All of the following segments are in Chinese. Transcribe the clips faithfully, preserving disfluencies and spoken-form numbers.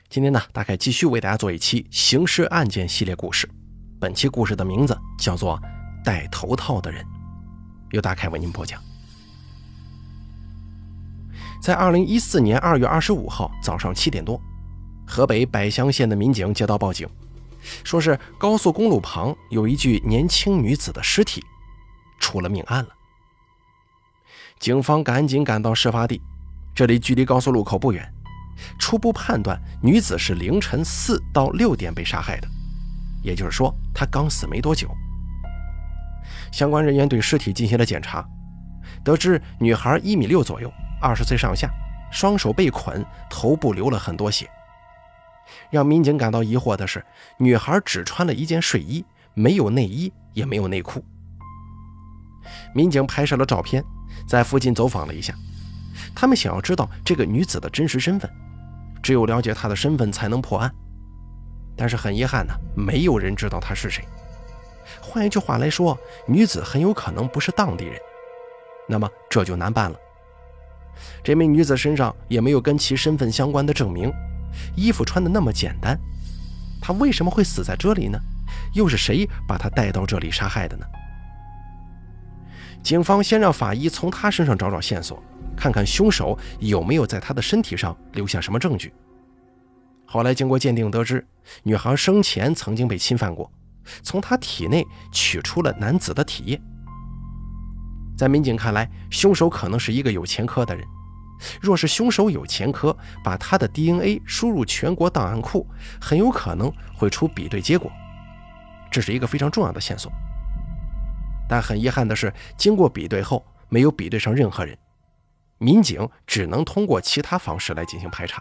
今天呢，大概继续为大家做一期刑事案件系列故事。本期故事的名字叫做戴头套的人，由大凯为您播讲。在二零一四年二月二十五号早上七点多，河北百乡县的民警接到报警，说是高速公路旁有一具年轻女子的尸体出了命案了。警方赶紧赶到事发地，这里距离高速路口不远，初步判断女子是凌晨四到六点被杀害的，也就是说她刚死没多久。相关人员对尸体进行了检查，得知女孩一米六左右，二十岁上下，双手被捆，头部流了很多血。让民警感到疑惑的是，女孩只穿了一件睡衣，没有内衣也没有内裤。民警拍摄了照片，在附近走访了一下，他们想要知道这个女子的真实身份，只有了解她的身份才能破案。但是很遗憾呢，没有人知道她是谁。换一句话来说，女子很有可能不是当地人，那么这就难办了。这名女子身上也没有跟其身份相关的证明，衣服穿得那么简单，她为什么会死在这里呢？又是谁把她带到这里杀害的呢？警方先让法医从她身上找找线索，看看凶手有没有在她的身体上留下什么证据。后来经过鉴定得知，女孩生前曾经被侵犯过，从她体内取出了男子的体液。在民警看来，凶手可能是一个有前科的人，若是凶手有前科，把他的 D N A 输入全国档案库，很有可能会出比对结果，这是一个非常重要的线索。但很遗憾的是，经过比对后没有比对上任何人，民警只能通过其他方式来进行排查。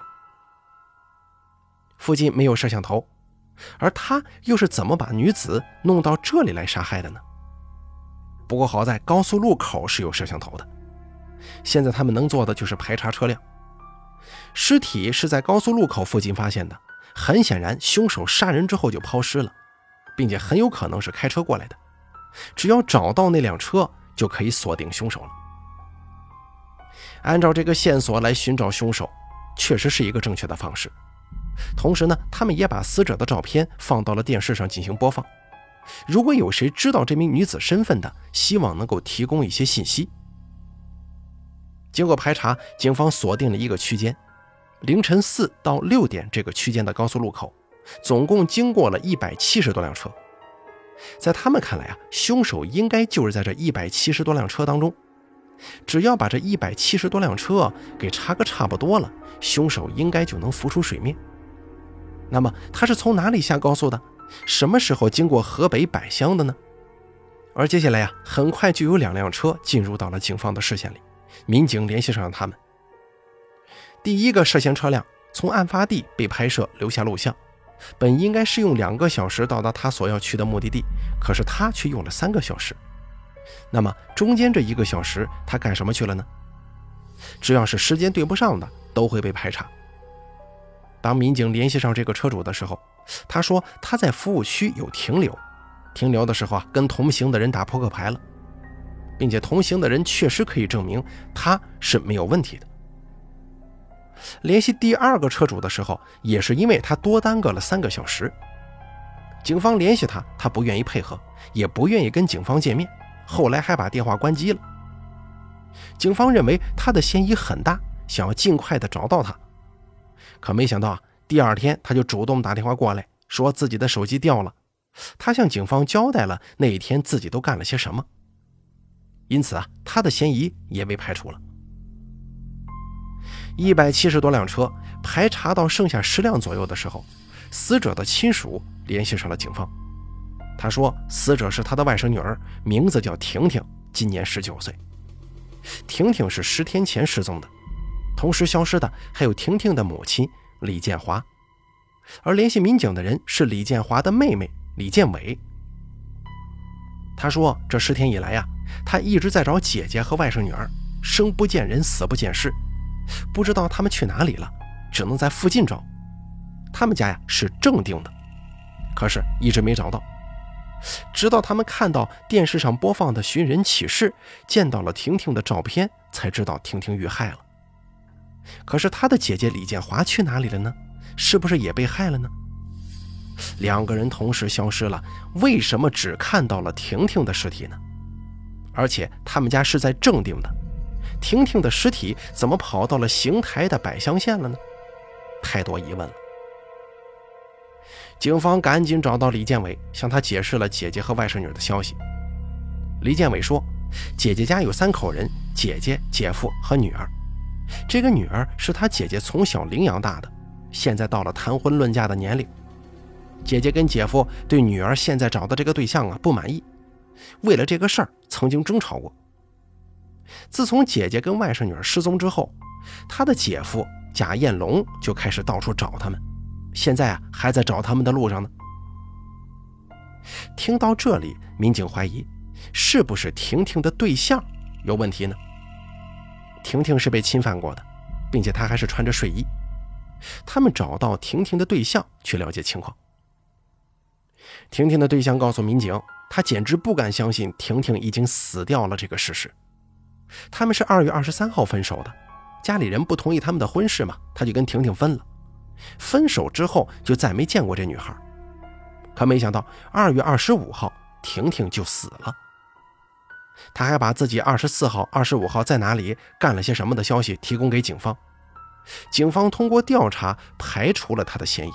附近没有摄像头，而他又是怎么把女子弄到这里来杀害的呢？不过好在高速路口是有摄像头的，现在他们能做的就是排查车辆。尸体是在高速路口附近发现的，很显然凶手杀人之后就抛尸了，并且很有可能是开车过来的，只要找到那辆车就可以锁定凶手了。按照这个线索来寻找凶手，确实是一个正确的方式。同时呢，他们也把死者的照片放到了电视上进行播放。如果有谁知道这名女子身份的，希望能够提供一些信息。经过排查，警方锁定了一个区间，凌晨四到六点这个区间的高速路口，总共经过了一百七十多辆车。在他们看来啊，凶手应该就是在这一百七十多辆车当中。只要把这一百七十多辆车给查个差不多了，凶手应该就能浮出水面。那么他是从哪里下高速的？什么时候经过河北百乡的呢？而接下来啊，很快就有两辆车进入到了警方的视线里，民警联系上了他们。第一个涉嫌车辆从案发地被拍摄留下录像，本应该是用两个小时到达他所要去的目的地，可是他却用了三个小时。那么中间这一个小时他干什么去了呢？只要是时间对不上的都会被排查。当民警联系上这个车主的时候，他说他在服务区有停留，停留的时候啊，跟同行的人打扑克牌了，并且同行的人确实可以证明他是没有问题的。联系第二个车主的时候，也是因为他多耽搁了三个小时。警方联系他，他不愿意配合，也不愿意跟警方见面，后来还把电话关机了。警方认为他的嫌疑很大，想要尽快的找到他。可没想到啊，第二天他就主动打电话过来，说自己的手机掉了。他向警方交代了那一天自己都干了些什么，因此啊，他的嫌疑也被排除了。一百七十多辆车排查到剩下十辆左右的时候，死者的亲属联系上了警方。他说死者是他的外甥女儿，名字叫婷婷，今年十九岁。婷婷是十天前失踪的，同时消失的还有婷婷的母亲李建华，而联系民警的人是李建华的妹妹李建伟。他说这十天以来呀、啊，他一直在找姐姐和外甥女儿，生不见人死不见尸，不知道他们去哪里了，只能在附近找。他们家呀是正定的，可是一直没找到。直到他们看到电视上播放的寻人启事，见到了婷婷的照片，才知道婷婷遇害了。可是他的姐姐李建华去哪里了呢？ 是不是也被害了呢？两个人同时消失了，为什么只看到了婷婷的尸体呢？而且他们家是在正定的，婷婷的尸体怎么跑到了邢台的百乡县了呢？太多疑问了。警方赶紧找到李建伟，向他解释了姐姐和外甥女的消息。李建伟说，姐姐家有三口人，姐姐、姐夫和女儿。这个女儿是他姐姐从小领养大的，现在到了谈婚论嫁的年龄。姐姐跟姐夫对女儿现在找的这个对象啊不满意，为了这个事儿曾经争吵过。自从姐姐跟外甥女儿失踪之后，他的姐夫贾彦龙就开始到处找他们，现在啊还在找他们的路上呢。听到这里，民警怀疑是不是婷婷的对象有问题呢？婷婷是被侵犯过的，并且她还是穿着睡衣。他们找到婷婷的对象去了解情况。婷婷的对象告诉民警，他简直不敢相信婷婷已经死掉了这个事实。他们是二月二十三号分手的，家里人不同意他们的婚事嘛，他就跟婷婷分了。分手之后就再没见过这女孩。可没想到二月二十五号婷婷就死了。他还把自己二十四号、二十五号在哪里干了些什么的消息提供给警方。警方通过调查排除了他的嫌疑。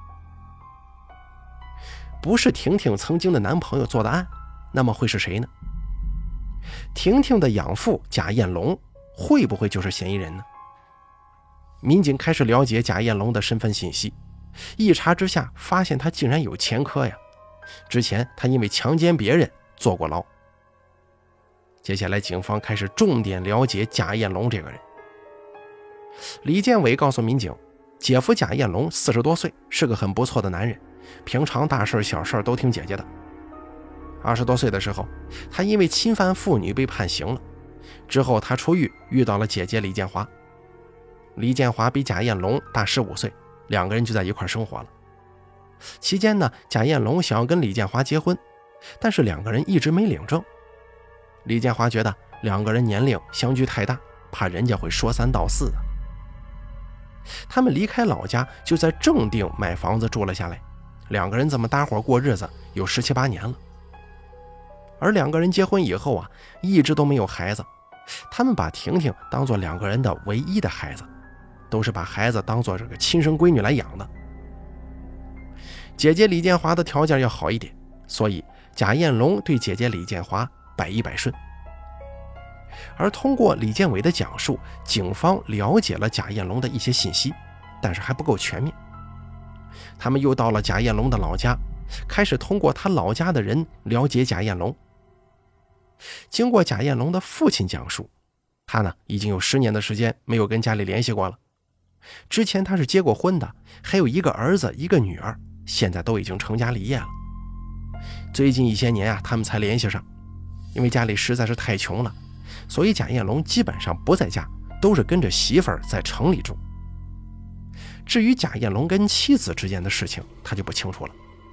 不是婷婷曾经的男朋友做的案，那么会是谁呢？婷婷的养父贾彦龙会不会就是嫌疑人呢？民警开始了解贾彦龙的身份信息，一查之下发现他竟然有前科呀！之前他因为强奸别人坐过牢。接下来警方开始重点了解贾彦龙这个人。李建伟告诉民警，姐夫贾彦龙四十多岁，是个很不错的男人，平常大事小事都听姐姐的。二十多岁的时候，他因为侵犯妇女被判刑了，之后他出狱遇到了姐姐李建华。李建华比贾彦龙大十五岁，两个人就在一块生活了。期间呢，贾彦龙想要跟李建华结婚，但是两个人一直没领证。李建华觉得两个人年龄相距太大，怕人家会说三道四的。他们离开老家，就在正定买房子住了下来，两个人这么搭伙过日子有十七八年了。而两个人结婚以后啊，一直都没有孩子，他们把婷婷当作两个人的唯一的孩子，都是把孩子当作这个亲生闺女来养的。姐姐李建华的条件要好一点，所以贾彦龙对姐姐李建华百依百顺。而通过李建伟的讲述，警方了解了贾彦龙的一些信息，但是还不够全面。他们又到了贾彦龙的老家，开始通过他老家的人了解贾彦龙。经过贾彦龙的父亲讲述，他呢已经有十年的时间没有跟家里联系过了。之前他是结过婚的，还有一个儿子一个女儿，现在都已经成家立业了。最近一些年啊，他们才联系上，因为家里实在是太穷了，所以贾彦龙基本上不在家，都是跟着媳妇儿在城里住。至于贾彦龙跟妻子之间的事情，他就不清楚了。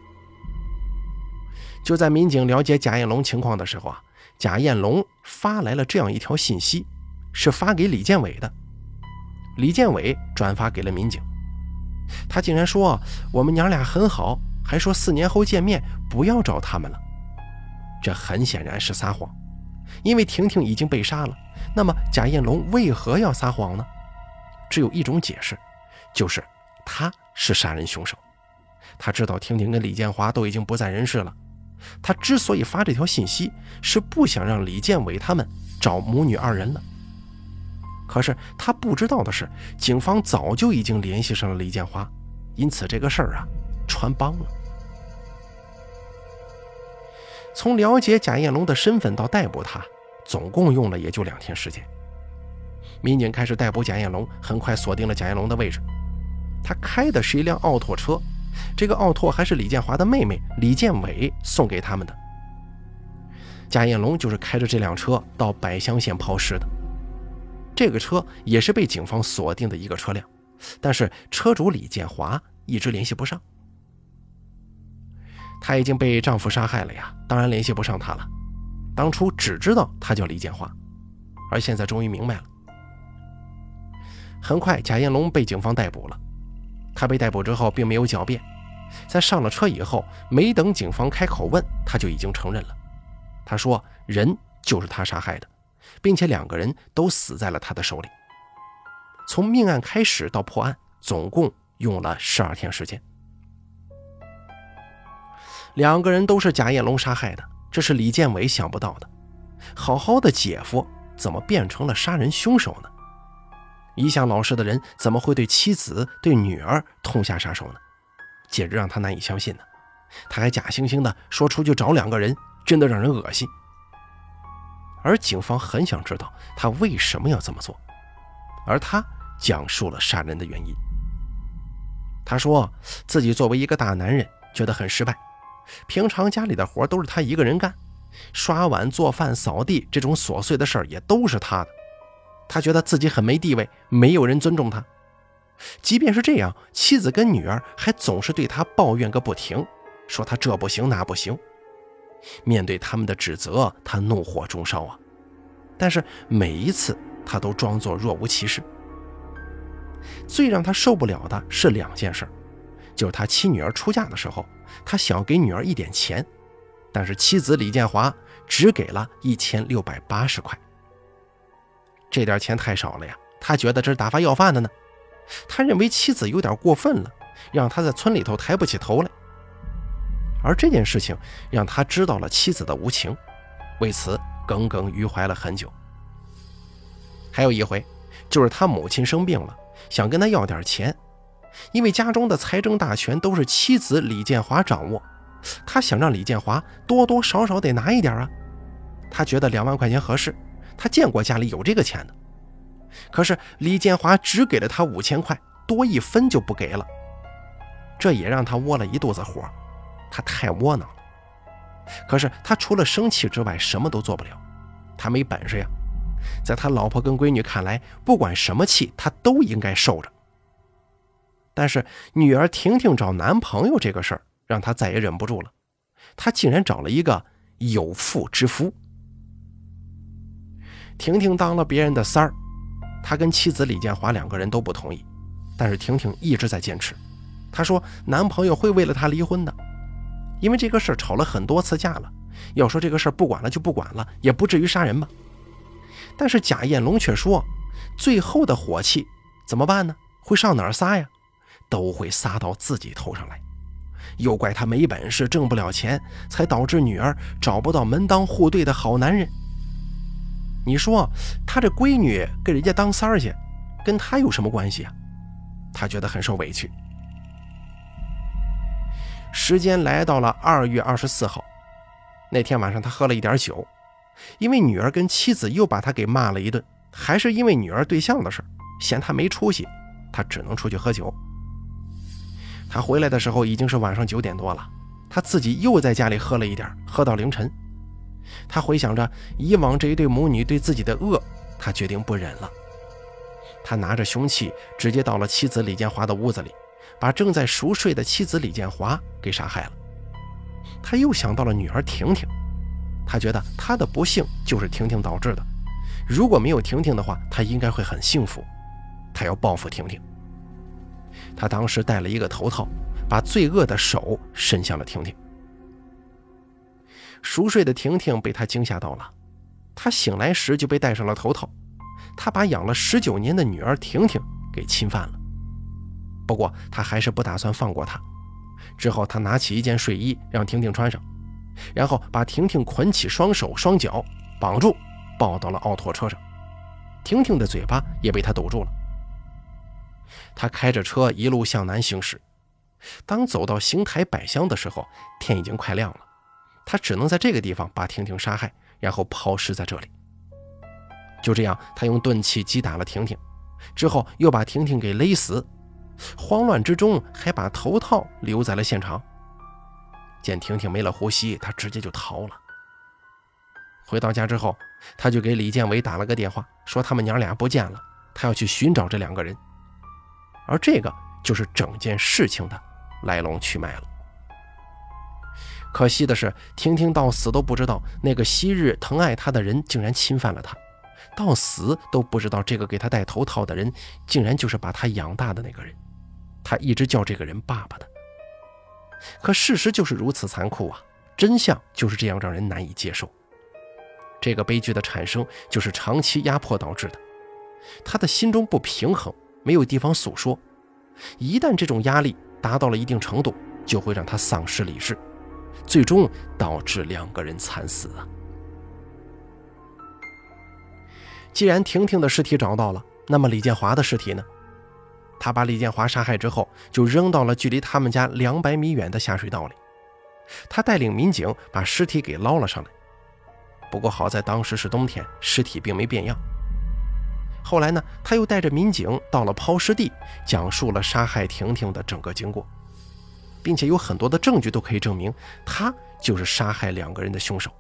就在民警了解贾彦龙情况的时候啊，贾彦龙发来了这样一条信息，是发给李建伟的。李建伟转发给了民警，他竟然说我们娘俩很好，还说四年后见面，不要找他们了。这很显然是撒谎，因为婷婷已经被杀了，那么贾彦龙为何要撒谎呢？只有一种解释，就是他是杀人凶手。他知道婷婷跟李建华都已经不在人世了，他之所以发这条信息，是不想让李建伟他们找母女二人了。可是他不知道的是，警方早就已经联系上了李建华，因此这个事儿啊穿帮了。从了解贾彦龙的身份到逮捕他，总共用了也就两天时间。民警开始逮捕贾彦龙，很快锁定了贾彦龙的位置。他开的是一辆奥拓车，这个奥拓还是李建华的妹妹李建伟送给他们的。贾彦龙就是开着这辆车到百乡县抛尸的。这个车也是被警方锁定的一个车辆，但是车主李建华一直联系不上。她已经被丈夫杀害了呀，当然联系不上他了。当初只知道他叫李建华，而现在终于明白了。很快贾彦龙被警方逮捕了，他他被逮捕之后并没有狡辩，在上了车以后，没等警方开口问，他就已经承认了。他说人就是他杀害的，并且两个人都死在了他的手里。从命案开始到破案，总共用了十二天时间。两个人都是贾彦龙杀害的，这是李建伟想不到的。好好的姐夫怎么变成了杀人凶手呢？一向老实的人怎么会对妻子对女儿痛下杀手呢？简直让他难以相信呢。他还假惺惺的说出去找两个人，真的让人恶心。而警方很想知道他为什么要这么做，而他讲述了杀人的原因。他说自己作为一个大男人觉得很失败，平常家里的活都是他一个人干，刷碗做饭扫地这种琐碎的事儿也都是他的，他觉得自己很没地位，没有人尊重他。即便是这样，妻子跟女儿还总是对他抱怨个不停，说他这不行那不行。面对他们的指责，他怒火中烧啊！但是每一次他都装作若无其事。最让他受不了的是两件事，就是他妻女儿出嫁的时候，他想要给女儿一点钱，但是妻子李建华只给了一千六百八十块。这点钱太少了呀，他觉得这是打发要饭的呢。他认为妻子有点过分了，让他在村里头抬不起头来。而这件事情让他知道了妻子的无情，为此耿耿于怀了很久。还有一回，就是他母亲生病了，想跟他要点钱，因为家中的财政大权都是妻子李建华掌握，他想让李建华多多少少得拿一点啊。他觉得两万块钱合适，他见过家里有这个钱的。可是李建华只给了他五千块，多一分就不给了。这也让他窝了一肚子火，他太窝囊了。可是他除了生气之外什么都做不了，他没本事呀。在他老婆跟闺女看来，不管什么气他都应该受着。但是女儿婷婷找男朋友这个事儿让他再也忍不住了，他竟然找了一个有妇之夫。婷婷当了别人的三儿，他跟妻子李建华两个人都不同意，但是婷婷一直在坚持。她说男朋友会为了她离婚的，因为这个事儿吵了很多次架了，要说这个事儿不管了就不管了，也不至于杀人吧。但是贾彦龙却说，最后的火气怎么办呢？会上哪儿撒呀？都会撒到自己头上来。又怪他没本事，挣不了钱，才导致女儿找不到门当户对的好男人。你说他这闺女跟人家当三儿去，跟他有什么关系啊？他觉得很受委屈。时间来到了二月二十四号，那天晚上他喝了一点酒，因为女儿跟妻子又把他给骂了一顿，还是因为女儿对象的事，嫌他没出息，他只能出去喝酒。他回来的时候已经是晚上九点多了，他自己又在家里喝了一点，喝到凌晨。他回想着以往这一对母女对自己的恶，他决定不忍了。他拿着凶器直接到了妻子李建华的屋子里，把正在熟睡的妻子李建华给杀害了。他又想到了女儿婷婷，他觉得他的不幸就是婷婷导致的，如果没有婷婷的话，他应该会很幸福。他要报复婷婷。他当时戴了一个头套，把罪恶的手伸向了婷婷。熟睡的婷婷被他惊吓到了，他醒来时就被戴上了头套。他把养了十九年的女儿婷婷给侵犯了，不过他还是不打算放过她。之后他拿起一件睡衣让婷婷穿上，然后把婷婷捆起双手双脚绑住，抱到了奥拓车上。婷婷的嘴巴也被他堵住了。他开着车一路向南行驶，当走到邢台百乡的时候，天已经快亮了。他只能在这个地方把婷婷杀害，然后抛尸在这里。就这样，他用钝器击打了婷婷，之后又把婷婷给勒死，慌乱之中还把头套留在了现场。见婷婷没了呼吸，他直接就逃了。回到家之后，他就给李建伟打了个电话，说他们娘俩不见了，他要去寻找这两个人。而这个就是整件事情的来龙去脉了。可惜的是，婷婷到死都不知道那个昔日疼爱她的人竟然侵犯了她，到死都不知道这个给她戴头套的人竟然就是把她养大的那个人。 他一直叫这个人爸爸的。可事实就是如此残酷啊，真相就是这样让人难以接受。这个悲剧的产生就是长期压迫导致的，他的心中不平衡，没有地方诉说，一旦这种压力达到了一定程度，就会让他丧失理智，最终导致两个人惨死啊。既然婷婷的尸体找到了，那么李建华的尸体呢？他把李建华杀害之后，就扔到了距离他们家两百米远的下水道里。他带领民警把尸体给捞了上来。不过好在当时是冬天，尸体并没变样。后来呢，他又带着民警到了抛尸地，讲述了杀害婷婷的整个经过，并且有很多的证据都可以证明他就是杀害两个人的凶手。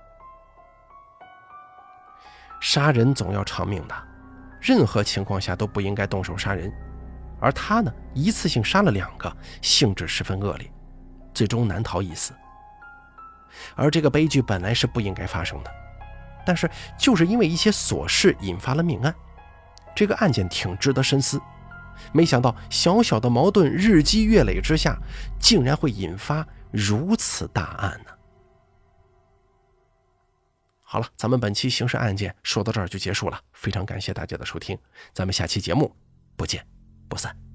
杀人总要偿命的，任何情况下都不应该动手杀人，而他呢，一次性杀了两个，性质十分恶劣，最终难逃一死。而这个悲剧本来是不应该发生的，但是就是因为一些琐事引发了命案。这个案件挺值得深思，没想到小小的矛盾日积月累之下，竟然会引发如此大案呢。好了，咱们本期刑事案件说到这儿就结束了，非常感谢大家的收听，咱们下期节目不见不散。